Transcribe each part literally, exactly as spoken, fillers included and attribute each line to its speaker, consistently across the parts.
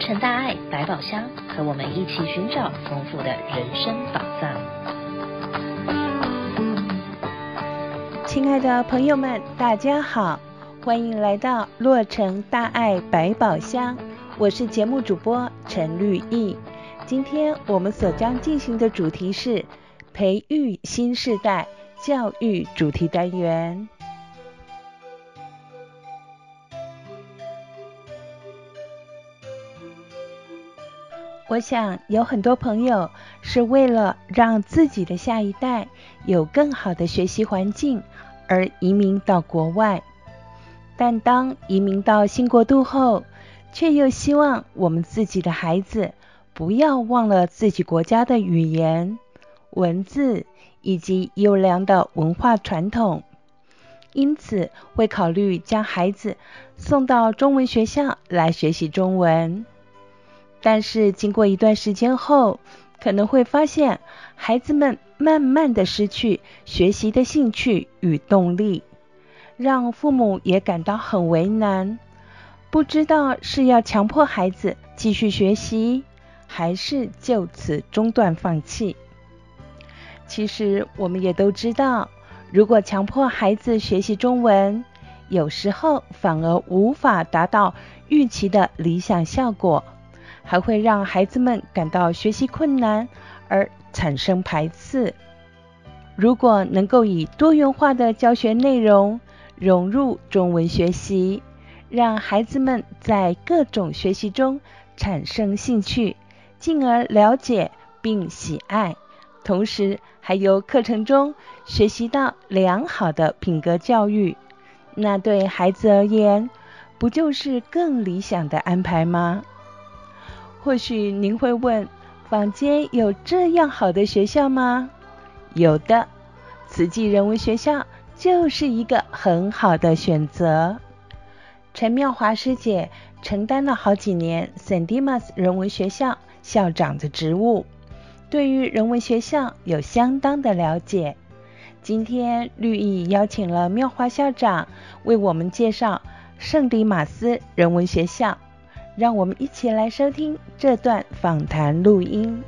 Speaker 1: 城大爱百宝箱，和我们一起寻找丰富的人生宝藏。
Speaker 2: 亲爱的朋友们，大家好，欢迎来到洛城大爱百宝箱，我是节目主播陈绿意。今天我们所将进行的主题是培育新世代教育主题单元。我想有很多朋友是为了让自己的下一代有更好的学习环境而移民到国外，但当移民到新国度后，却又希望我们自己的孩子不要忘了自己国家的语言、文字以及优良的文化传统，因此会考虑将孩子送到中文学校来学习中文。但是经过一段时间后，可能会发现孩子们慢慢的失去学习的兴趣与动力，让父母也感到很为难，不知道是要强迫孩子继续学习，还是就此中断放弃。其实我们也都知道，如果强迫孩子学习中文，有时候反而无法达到预期的理想效果，还会让孩子们感到学习困难而产生排斥。如果能够以多元化的教学内容融入中文学习，让孩子们在各种学习中产生兴趣，进而了解并喜爱，同时还由课程中学习到良好的品格教育，那对孩子而言，不就是更理想的安排吗？或许您会问，坊间有这样好的学校吗？有的，慈济人文学校就是一个很好的选择。陈妙华师姐承担了好几年圣迪玛斯人文学校校长的职务，对于人文学校有相当的了解。今天绿意邀请了妙华校长为我们介绍圣迪玛斯人文学校，让我们一起来收听这段访谈录音。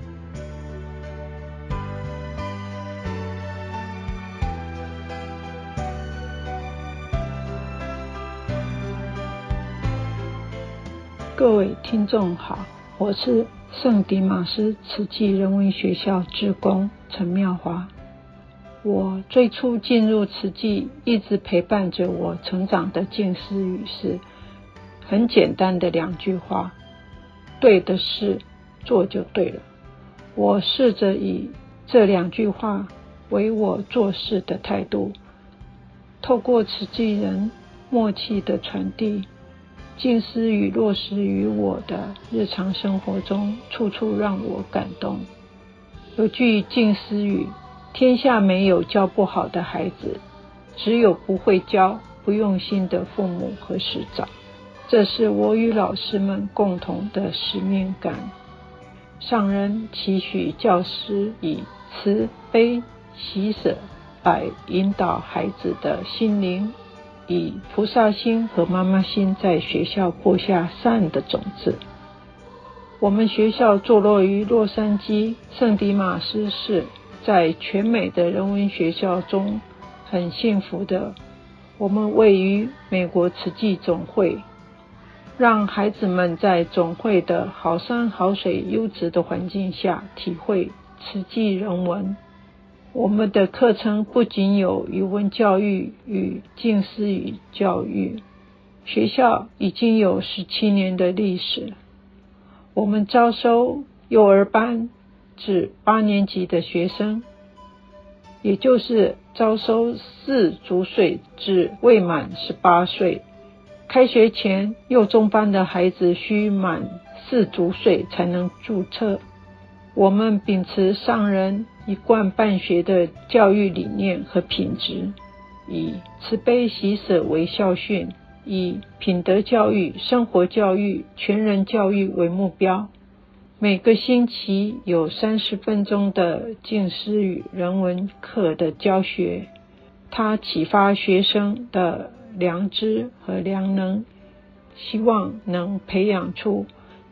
Speaker 3: 各位听众好，我是圣迪玛斯慈济人文学校志工陈妙华。我最初进入慈济，一直陪伴着我成长的静思语是很简单的两句话：对的事做就对了。我试着以这两句话为我做事的态度，透过慈济人默契的传递，静思语落实于我的日常生活中，处处让我感动。有句静思语：天下没有教不好的孩子，只有不会教、不用心的父母和师长。这是我与老师们共同的使命感。上人期许教师以慈悲喜舍来引导孩子的心灵，以菩萨心和妈妈心在学校播下善的种子。我们学校坐落于洛杉矶圣迪玛斯市，在全美的人文学校中很幸福的，我们位于美国慈济总会，让孩子们在总会的好山好水优质的环境下体会慈济人文。我们的课程不仅有语文教育与静思语教育，学校已经有十七年的历史。我们招收幼儿班至八年级的学生，也就是招收四足岁至未满十八岁。开学前，幼中班的孩子需满四足岁才能注册。我们秉持上人一贯办学的教育理念和品质，以慈悲喜舍为校训，以品德教育、生活教育、全人教育为目标。每个星期有三十分钟的静思语人文课的教学，它启发学生的良知和良能，希望能培养出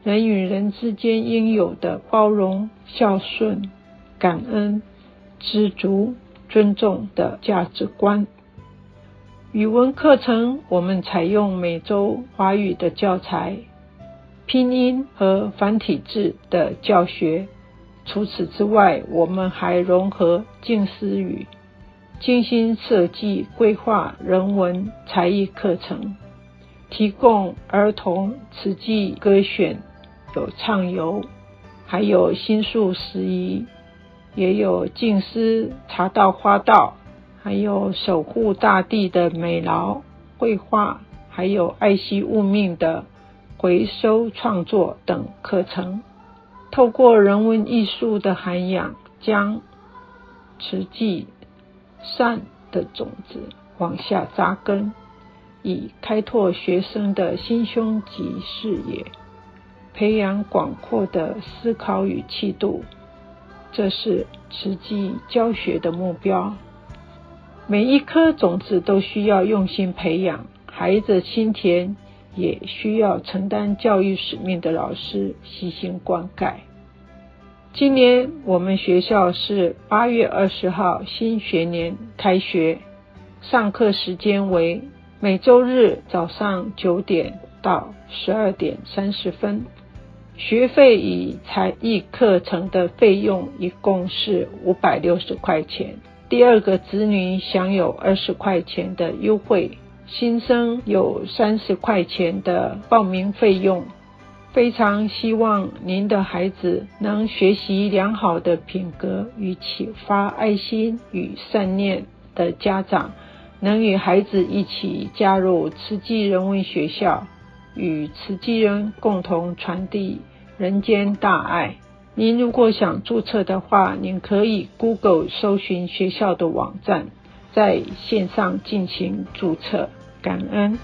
Speaker 3: 人与人之间应有的包容、孝顺、感恩、知足、尊重的价值观。语文课程我们采用每周华语的教材，拼音和繁体字的教学。除此之外，我们还融合近似语，精心设计规划人文才艺课程，提供儿童词记歌选，有畅游，还有心术时宜，也有静思茶道花道，还有守护大地的美劳绘画，还有爱惜物命的回收创作等课程。透过人文艺术的涵养，将慈济善的种子往下扎根，以开拓学生的心胸及视野，培养广阔的思考与气度，这是慈济教学的目标。每一颗种子都需要用心培养，孩子心田也需要承担教育使命的老师悉心灌溉。今年我们学校是八月二十号新学年开学，上课时间为每周日早上九点到十二点三十分。学费与才艺课程的费用一共是五百六十块钱，第二个子女享有二十块钱的优惠，新生有三十块钱的报名费用。非常希望您的孩子能学习良好的品格与启发爱心与善念的家长，能与孩子一起加入慈济人文学校，与慈济人共同传递人间大爱。您如果想注册的话，您可以 Google 搜寻学校的网站，在线上进行注册。感恩。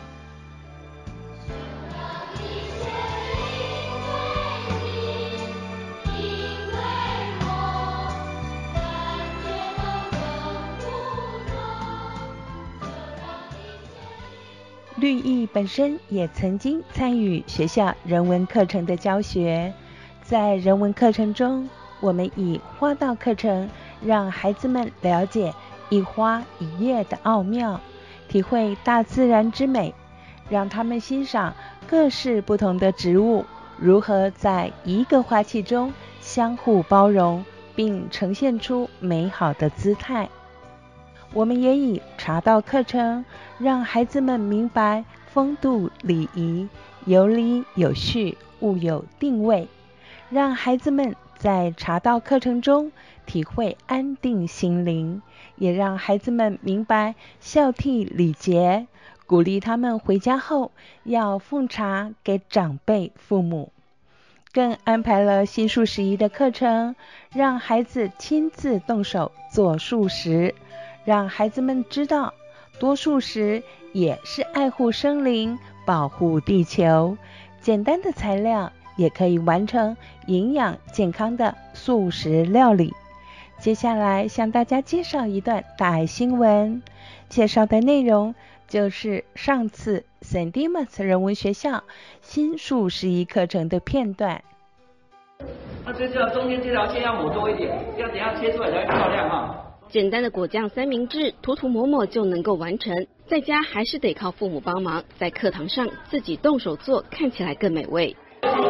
Speaker 2: 绿意本身也曾经参与学校人文课程的教学，在人文课程中，我们以花道课程让孩子们了解一花一叶的奥妙，体会大自然之美，让他们欣赏各式不同的植物如何在一个花器中相互包容，并呈现出美好的姿态。我们也以茶道课程让孩子们明白风度礼仪，有理有序，物有定位，让孩子们在茶道课程中体会安定心灵，也让孩子们明白孝悌礼节，鼓励他们回家后要奉茶给长辈父母。更安排了心术时宜的课程，让孩子亲自动手做素食，让孩子们知道多素食也是爱护生灵，保护地球。简单的材料也可以完成营养健康的素食料理。接下来向大家介绍一段大爱新闻，介绍的内容就是上次圣迪马斯人文学校心术时宜课程的片段。
Speaker 4: 那这条中间这条线要抹多一点，要等一下切出来才会漂亮哈。
Speaker 5: 简单的果酱三明治，涂涂抹抹就能够完成，在家还是得靠父母帮忙，在课堂上自己动手做，看起来更美味。
Speaker 6: 我要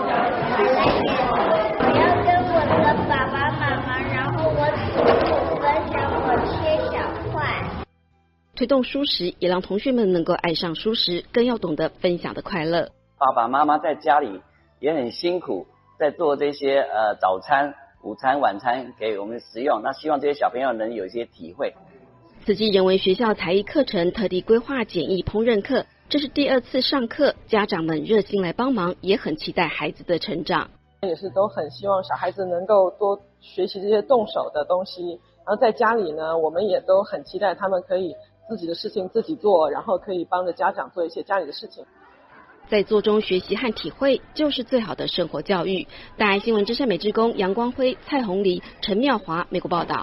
Speaker 6: 跟我的爸爸妈妈，然后我分享我切小块。
Speaker 5: 推动蔬食，也让同学们能够爱上蔬食，更要懂得分享的快乐。
Speaker 4: 爸爸妈妈在家里也很辛苦，在做这些呃早餐、午餐、晚餐给我们食用，那希望这些小朋友能有一些体会。
Speaker 5: 慈济人文学校才艺课程特地规划简易烹饪课，这是第二次上课，家长们热心来帮忙，也很期待孩子的成长。
Speaker 7: 也是都很希望小孩子能够多学习这些动手的东西，然后在家里呢，我们也都很期待他们可以自己的事情自己做，然后可以帮着家长做一些家里的事情。
Speaker 5: 在做中学习和体会，就是最好的生活教育。大爱新闻之声美志工杨光辉、蔡红黎、陈妙华，美国报道。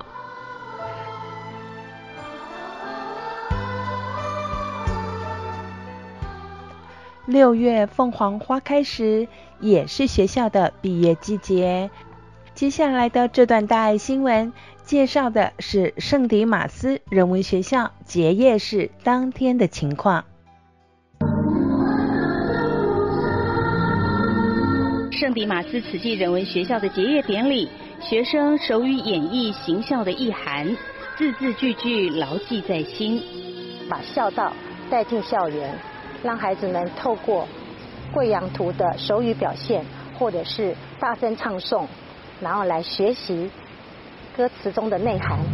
Speaker 2: 六月凤凰花开时，也是学校的毕业季节。接下来的这段大爱新闻介绍的是圣迪马斯人文学校结业式当天的情况。
Speaker 8: 圣迪马斯慈济人文学校的结业典礼，学生手语演绎行孝的意涵，字字句句牢记在心，
Speaker 9: 把孝道带进校园，让孩子们透过贵阳图的手语表现，或者是大声唱诵，然后来学习歌词中的内涵。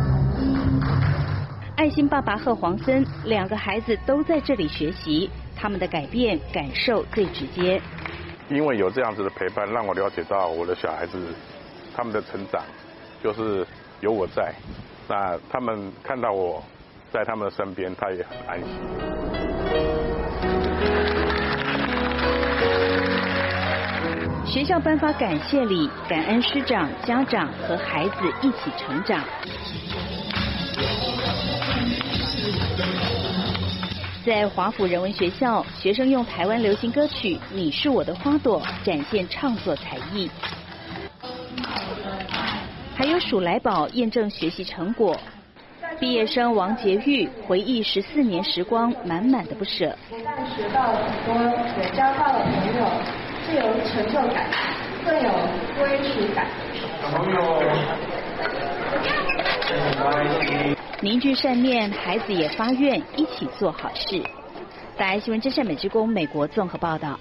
Speaker 8: 爱心爸爸和黄森两个孩子都在这里学习，他们的改变感受最直接。
Speaker 10: 因为有这样子的陪伴，让我了解到我的小孩子他们的成长，就是有我在，那他们看到我在他们的身边，他也很安心。
Speaker 8: 学校颁发感谢礼，感恩师长、家长和孩子一起成长。在华府人文学校，学生用台湾流行歌曲《你是我的花朵》展现创作才艺，还有数来宝验证学习成果。毕业生王洁玉回忆十四年时光，满满的不舍。
Speaker 11: 不但学到了很多，也交到了朋友，是有成就感，更有归属感。小朋友，
Speaker 8: 凝聚善念，孩子也发愿一起做好事。大爱新闻真善美之宫美国综合报道。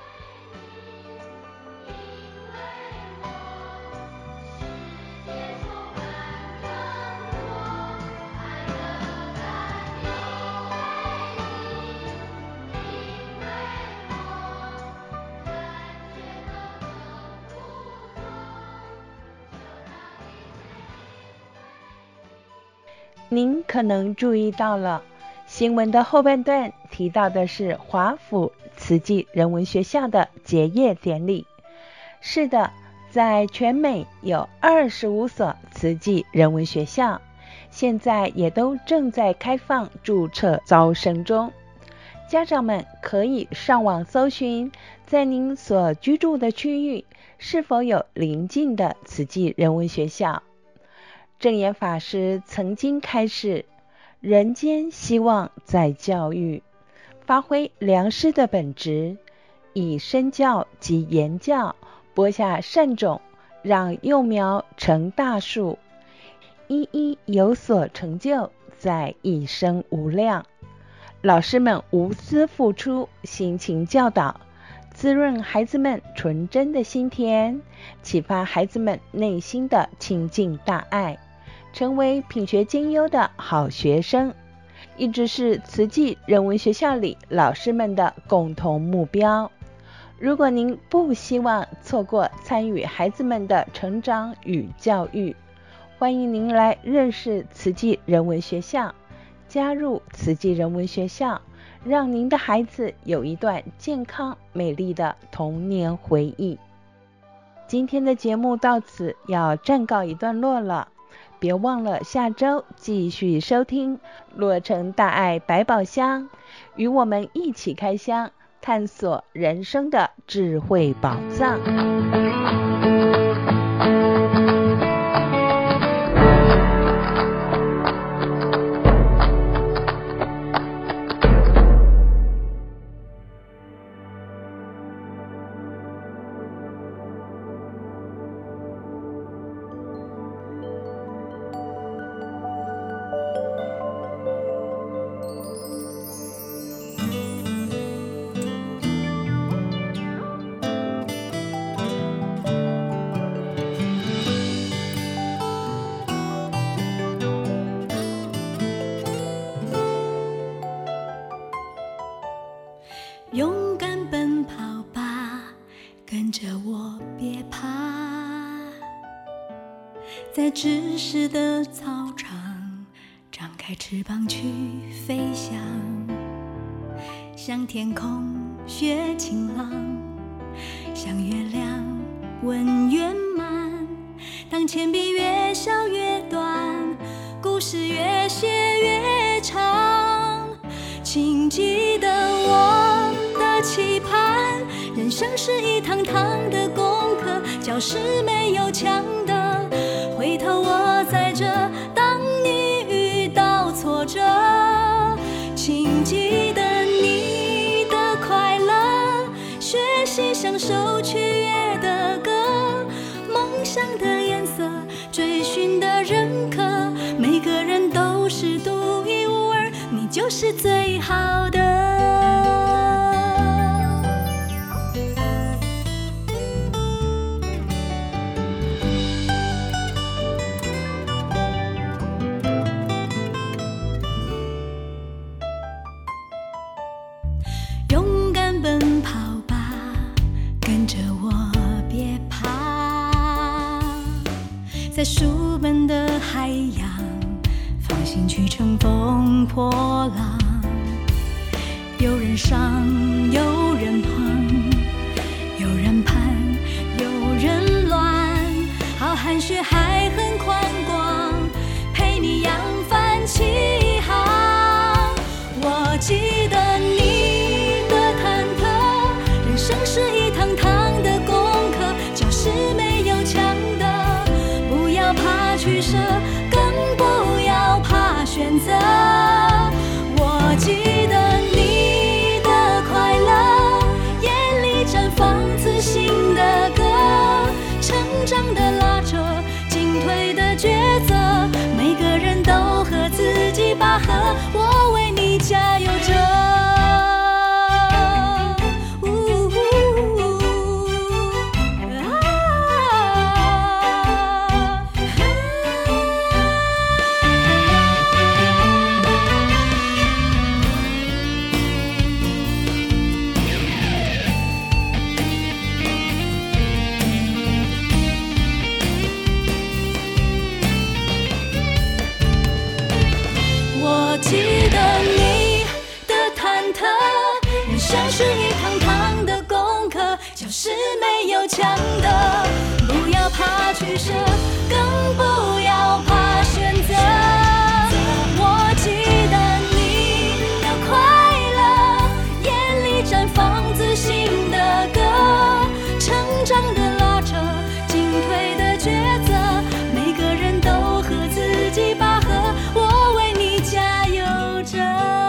Speaker 2: 您可能注意到了，新闻的后半段提到的是华府慈济人文学校的结业典礼。是的，在全美有二十五所慈济人文学校，现在也都正在开放注册招生中。家长们可以上网搜寻，在您所居住的区域是否有邻近的慈济人文学校。正言法师曾经开示，人间希望在教育，发挥良师的本质，以身教及言教播下善种，让幼苗成大树，一一有所成就，在一生无量。老师们无私付出，辛勤教导，滋润孩子们纯真的心田，启发孩子们内心的清净大爱，成为品学兼优的好学生，一直是慈济人文学校里老师们的共同目标。如果您不希望错过参与孩子们的成长与教育，欢迎您来认识慈济人文学校，加入慈济人文学校，让您的孩子有一段健康美丽的童年回忆。今天的节目到此要暂告一段落了，别忘了下周继续收听洛城大爱百宝箱，与我们一起开箱，探索人生的智慧宝藏。
Speaker 12: 勇敢奔跑吧，跟着我别怕，在知识的操场张开翅膀去飞翔，向天空学晴朗，向月亮问圆满。当铅笔越削越短，故事越写越长，请记得我的期盼。人生是一堂堂的功课，教室没有墙的。回头我在这，当你遇到挫折，请记得你的快乐，学习享受取悦的歌，梦想的颜色，追寻的认可，每个人都是独一无二，你就是最好的。勇敢奔跑吧，跟着我别怕，在书本的海洋，放心去乘风破浪。有人上，有人旁，有人盼，有人乱，浩瀚血海很宽广，陪你扬帆起航。我记得你的忐忑，人生是一堂堂的功课，教室没有墙的，不要怕取舍，更不要怕选择。我记得你的快乐，眼里绽放自信的歌，成长的拉扯，进退的抉择，每个人都和自己拔河，我为你加油着。我记得你的忐忑，人生是一堂堂的功课，教室没有墙的，不要怕取舍，更不要怕选择。我记得你的快乐，眼里绽放自信的歌，成长的拉扯，进退的抉择，每个人都和自己拔河，我为你加油着。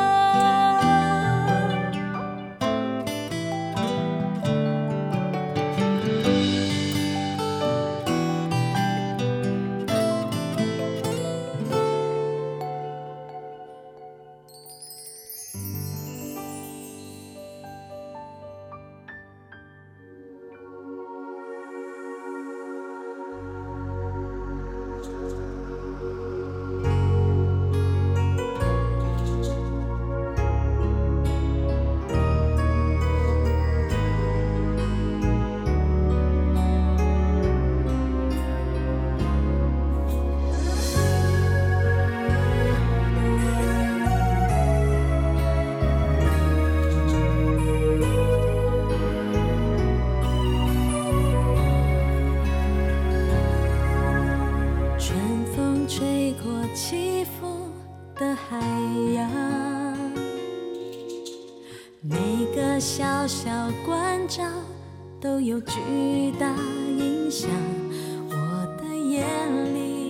Speaker 12: 起伏的海洋，每个小小关照都有巨大影响。我的眼里，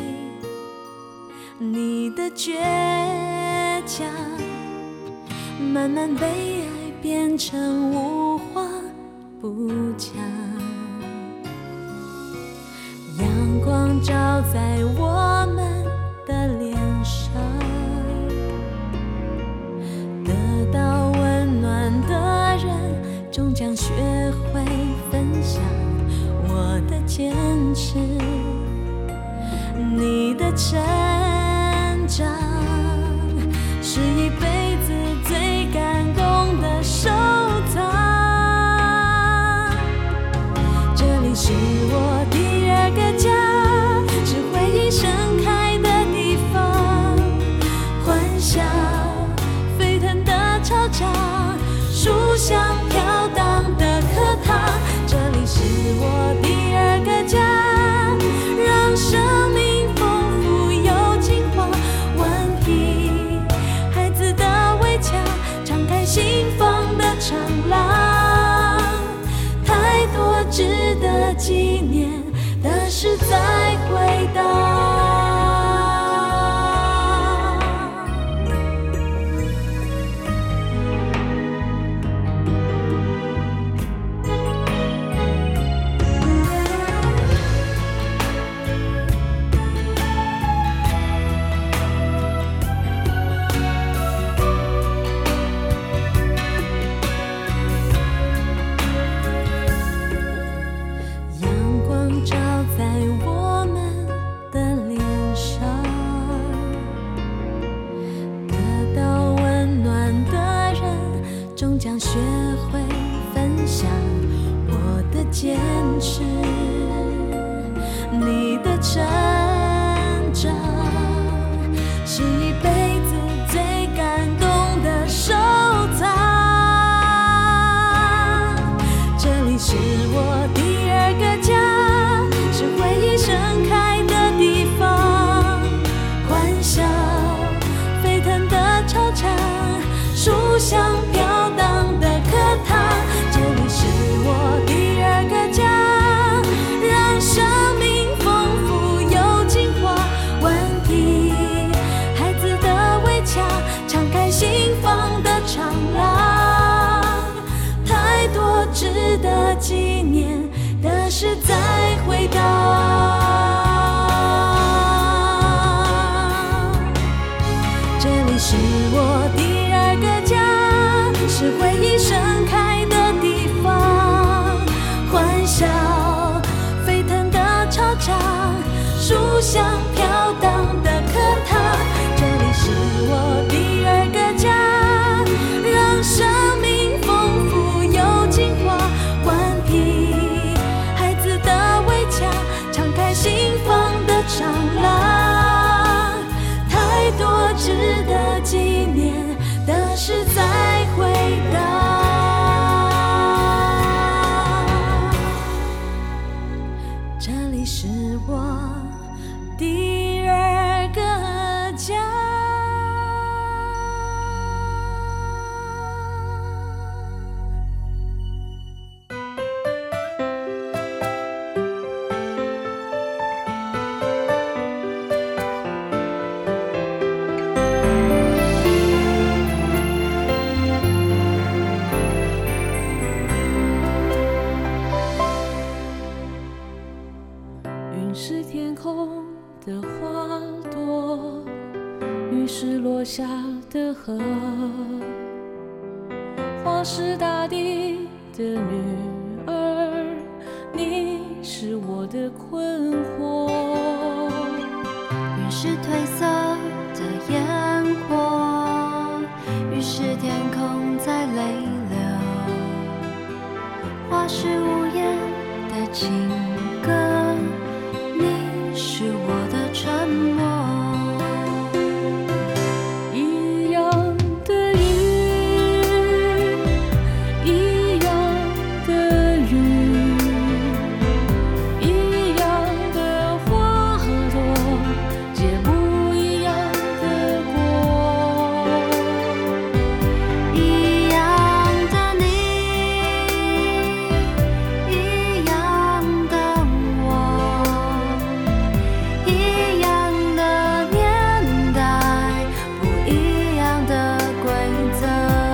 Speaker 12: 你的倔强，慢慢被爱变成无话不讲。阳光照在我们的脸上，得到温暖的人终将学会分享。我的坚持，你的成长，是一辈子最感动的收藏。这里是我第二个家，是回忆盛开的地方，欢笑沸腾的吵架，书香飘荡的课堂。这里是我第二个家，让生命丰富又进化，顽皮孩子的围墙，敞开心房的长廊。 是再回到。坚持你的成长，是一辈子最感动的收藏。这里是我第二个家，是回忆盛开的地方，欢笑沸腾的操场，书香飘荡的课堂。这里是我第二个家，让生命丰富又进化，顽皮孩子的围墙，敞开心房的长廊，太多值得纪念的事再回到。这里是我第二个家，是回忆盛开的地方，欢笑沸腾的操场，书香飘荡的课堂。这里是我第二个家，让生命丰富又进化，顽皮孩子的围墙，敞开心房的长廊，太多值得纪念的事再回到。这里是我第二个家。云是天空的花朵，雨是落下的河，花是大地的女儿，你是我的困惑。
Speaker 13: 雨是褪色的烟火，雨是天空在泪流，花是无言的情歌，你是我的沉默。
Speaker 12: 一样的雨，一样的雨，一样的花朵，结不一样的果。
Speaker 13: 一样的你，一样的我，一样的年代，不一样的规则。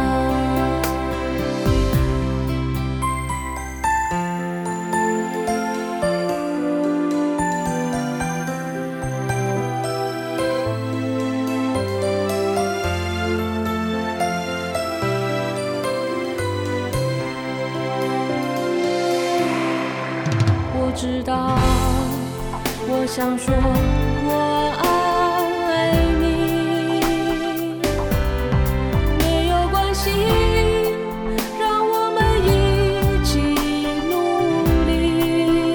Speaker 12: 我知道，我想说我爱你，没有关系，让我们一起努力。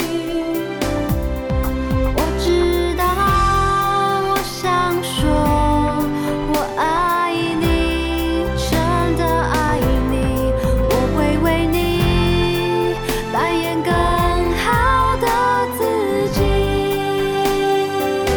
Speaker 13: 我知道，我想说我爱你，真的爱你，我会为你扮演更好的自己。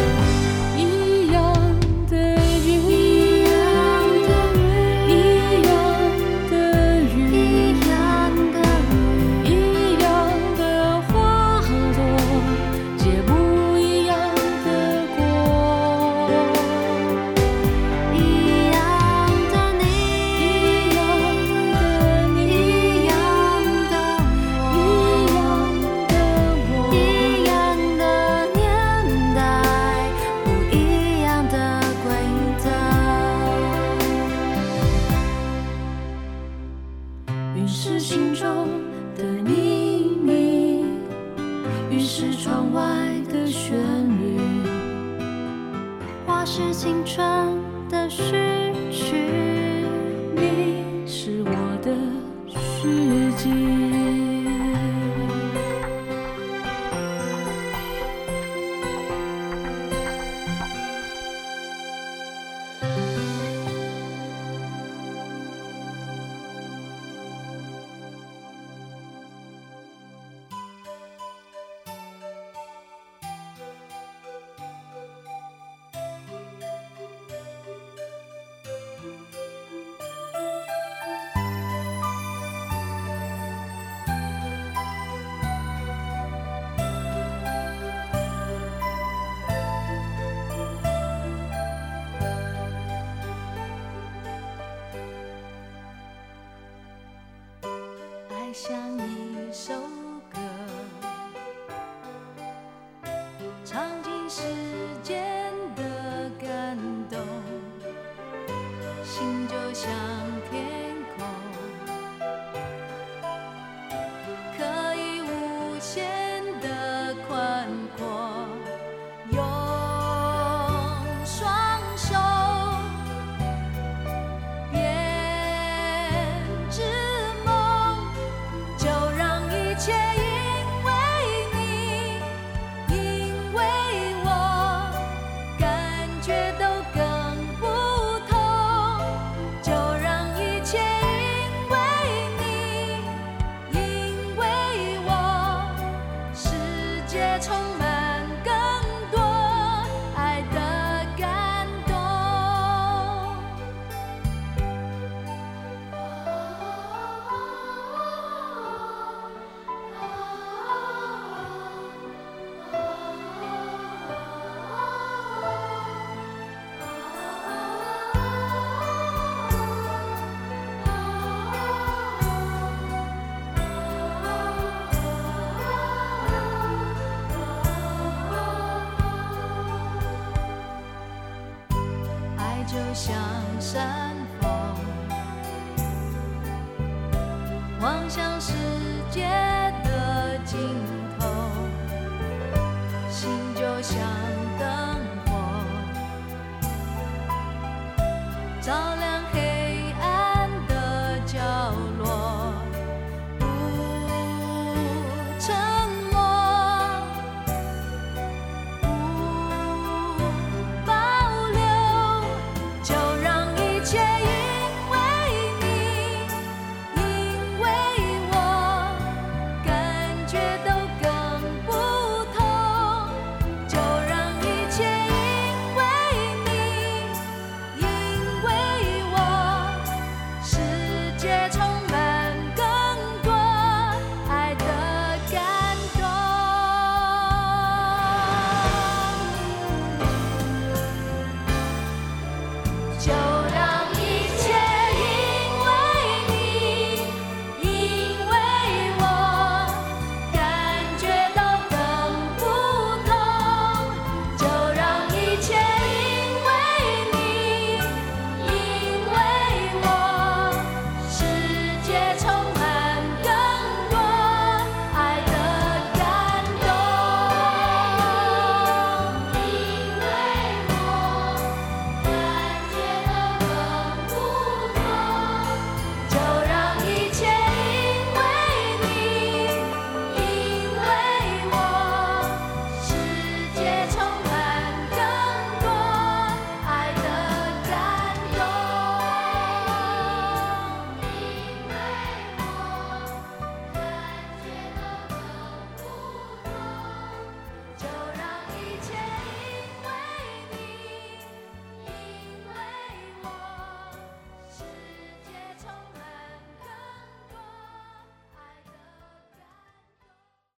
Speaker 13: 心中的秘密，于是窗外的旋律，花是青春的序曲，你是我的世纪。爱像一首歌，唱尽世间的感动，心就像天空，可以无限的宽阔，用双手编织梦，就让一切因为你，因为我，感觉都更不同，就让一切因为你，因为我，世界充满更多爱的感动。爱就像山峰，望向世界的尽头，心就像灯火，照亮